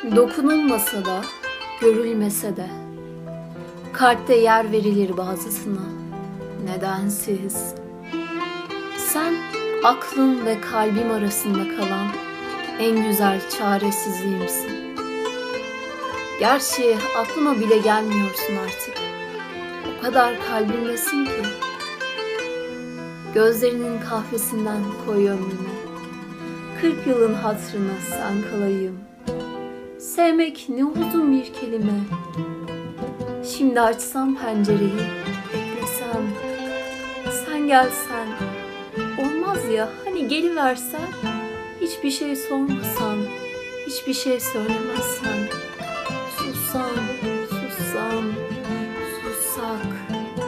Dokunulmasa da, görülmese de, kalpte yer verilir bazısına, nedensiz. Sen aklım ve kalbim arasında kalan en güzel çaresizliğimsin. Gerçi aklıma bile gelmiyorsun artık. O kadar kalbimdesin ki. Gözlerinin kahvesinden koy ömrüme. 40 yılın hatırına sen kalayım. Sevmek ne uzun bir kelime. Şimdi açsam pencereyi, beklesem, sen gelsen, olmaz ya hani geliversen, hiçbir şey sormasan, hiçbir şey söylemezsen, sussam, sussak.